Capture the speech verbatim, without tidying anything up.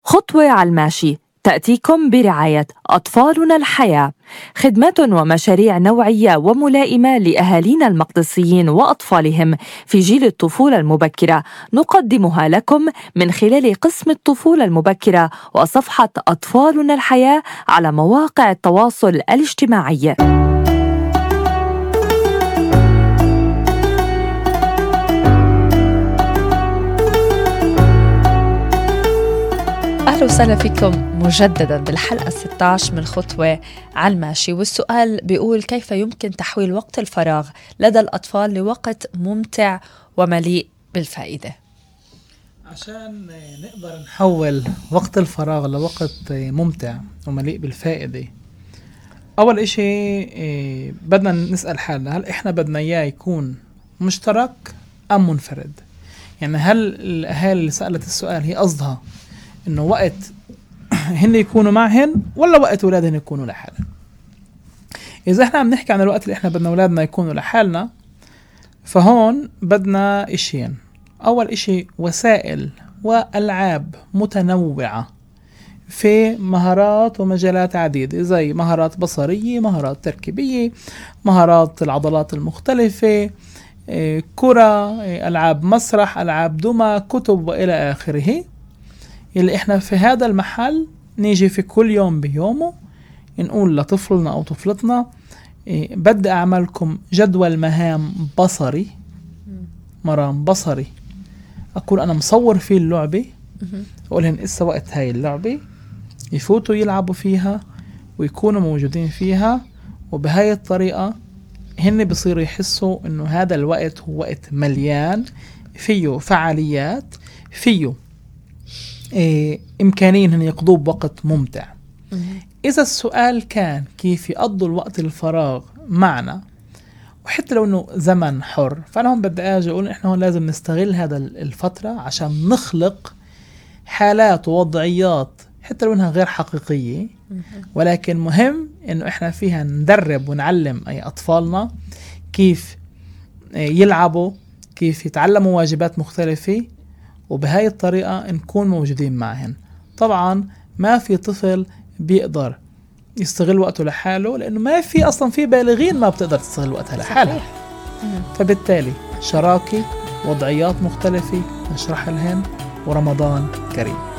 خطوة على الماشي تأتيكم برعاية أطفالنا الحياة، خدمات ومشاريع نوعية وملائمة لأهالينا المقدسيين وأطفالهم في جيل الطفولة المبكرة، نقدمها لكم من خلال قسم الطفولة المبكرة وصفحة أطفالنا الحياة على مواقع التواصل الاجتماعي. أهلا وسهلا فيكم مجددا بالحلقة ستة عشر من خطوة على الماشي، والسؤال بيقول: كيف يمكن تحويل وقت الفراغ لدى الأطفال لوقت ممتع ومليء بالفائدة؟ عشان نقدر نحول وقت الفراغ لوقت ممتع ومليء بالفائدة، أول إشي بدنا نسأل حالنا: هل إحنا بدنا إياه يكون مشترك أم منفرد؟ يعني هل الأهالي اللي سألت السؤال هي قصدها إنه وقت هن يكونوا معهن ولا وقت أولادهن يكونوا لحالهم؟ إذا إحنا عم نحكي عن الوقت اللي إحنا بدنا أولادنا يكونوا لحالنا، فهون بدنا إشيين. أول إشي وسائل وألعاب متنوعة في مهارات ومجالات عديدة، زي مهارات بصرية، مهارات تركيبية، مهارات العضلات المختلفة، كرة، ألعاب مسرح، ألعاب دمى، كتب وإلى آخره، اللي إحنا في هذا المحل نيجي في كل يوم بيومه نقول لطفلنا أو طفلتنا: إيه بدي أعملكم جدول مهام بصري، مرام بصري، أقول أنا مصور فيه اللعبة، أقولهن إسا وقت هاي اللعبة، يفوتوا يلعبوا فيها ويكونوا موجودين فيها، وبهاي الطريقة هن بصيروا يحسوا إنه هذا الوقت هو وقت مليان فيه فعاليات، فيه إيه إمكانية إن يقضوا بوقت ممتع. إذا السؤال كان كيف يقضوا الوقت الفراغ معنا، وحتى لو إنه زمن حر، فأنا هم بدي أجي أقول إحنا هون لازم نستغل هذا الفترة عشان نخلق حالات ووضعيات حتى لو إنها غير حقيقية، ولكن مهم إنه إحنا فيها ندرب ونعلم أي أطفالنا كيف يلعبوا، كيف يتعلموا واجبات مختلفة، وبهاي الطريقة نكون موجودين معهن. طبعا ما في طفل بيقدر يستغل وقته لحاله، لأنه ما في أصلا في بالغين ما بتقدر تستغل وقتها لحالها. فبالتالي شراكة، وضعيات مختلفة نشرح لهن، ورمضان كريم.